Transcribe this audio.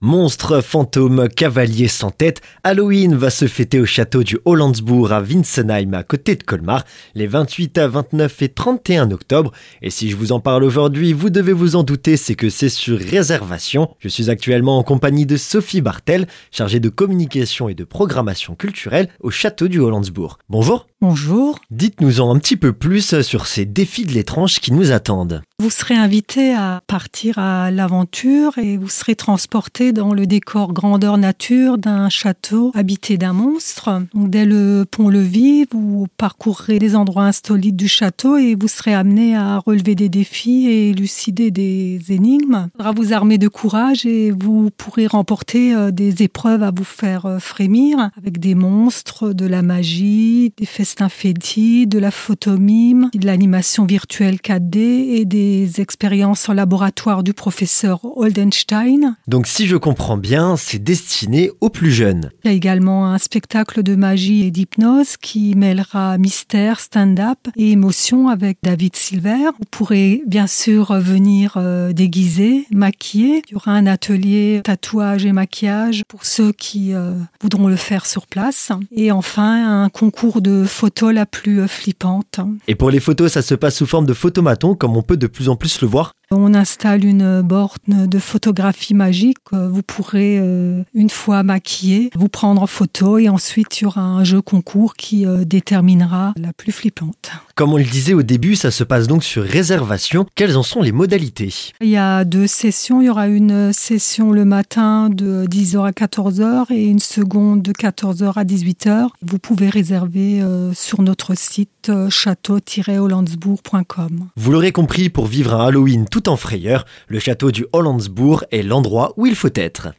Monstres, fantômes, cavaliers sans tête, Halloween va se fêter au château du Hollandsbourg à Winsenheim à côté de Colmar les 28, 29 et 31 octobre. Et si je vous en parle aujourd'hui, vous devez vous en douter, c'est que c'est sur réservation. Je suis actuellement en compagnie de Sophie Bartel, chargée de communication et de programmation culturelle au château du Hollandsbourg. Bonjour. Bonjour. Dites-nous-en un petit peu plus sur ces défis de l'étrange qui nous attendent. Vous serez invité à partir à l'aventure et vous serez transporté dans le décor grandeur nature d'un château habité d'un monstre. Donc, dès le pont-levis, vous parcourrez les endroits insolites du château et vous serez amené à relever des défis et élucider des énigmes. Il faudra vous armer de courage et vous pourrez remporter des épreuves à vous faire frémir avec des monstres, de la magie, des festins fétiches, de la photomime, de l'animation virtuelle 4D et des expériences en laboratoire du professeur Oldenstein. Donc si je comprends bien, c'est destiné aux plus jeunes. Il y a également un spectacle de magie et d'hypnose qui mêlera mystère, stand-up et émotion avec David Silver. Vous pourrez bien sûr venir déguisé, maquillé. Il y aura un atelier tatouage et maquillage pour ceux qui voudront le faire sur place. Et enfin, un concours de photos la plus flippante. Et pour les photos, ça se passe sous forme de photomaton, comme on peut de plus en plus le voir. On installe une borne de photographie magique. Vous pourrez, une fois maquillé, vous prendre en photo et ensuite il y aura un jeu concours qui déterminera la plus flippante. Comme on le disait au début, ça se passe donc sur réservation. Quelles en sont les modalités ? Il y a 2 sessions. Il y aura une session le matin de 10h à 14h et une seconde de 14h à 18h. Vous pouvez réserver sur notre site château-hollandsbourg.com. Vous l'aurez compris, pour vivre un Halloween tout en frayeur, le château du Hollandsbourg est l'endroit où il faut être.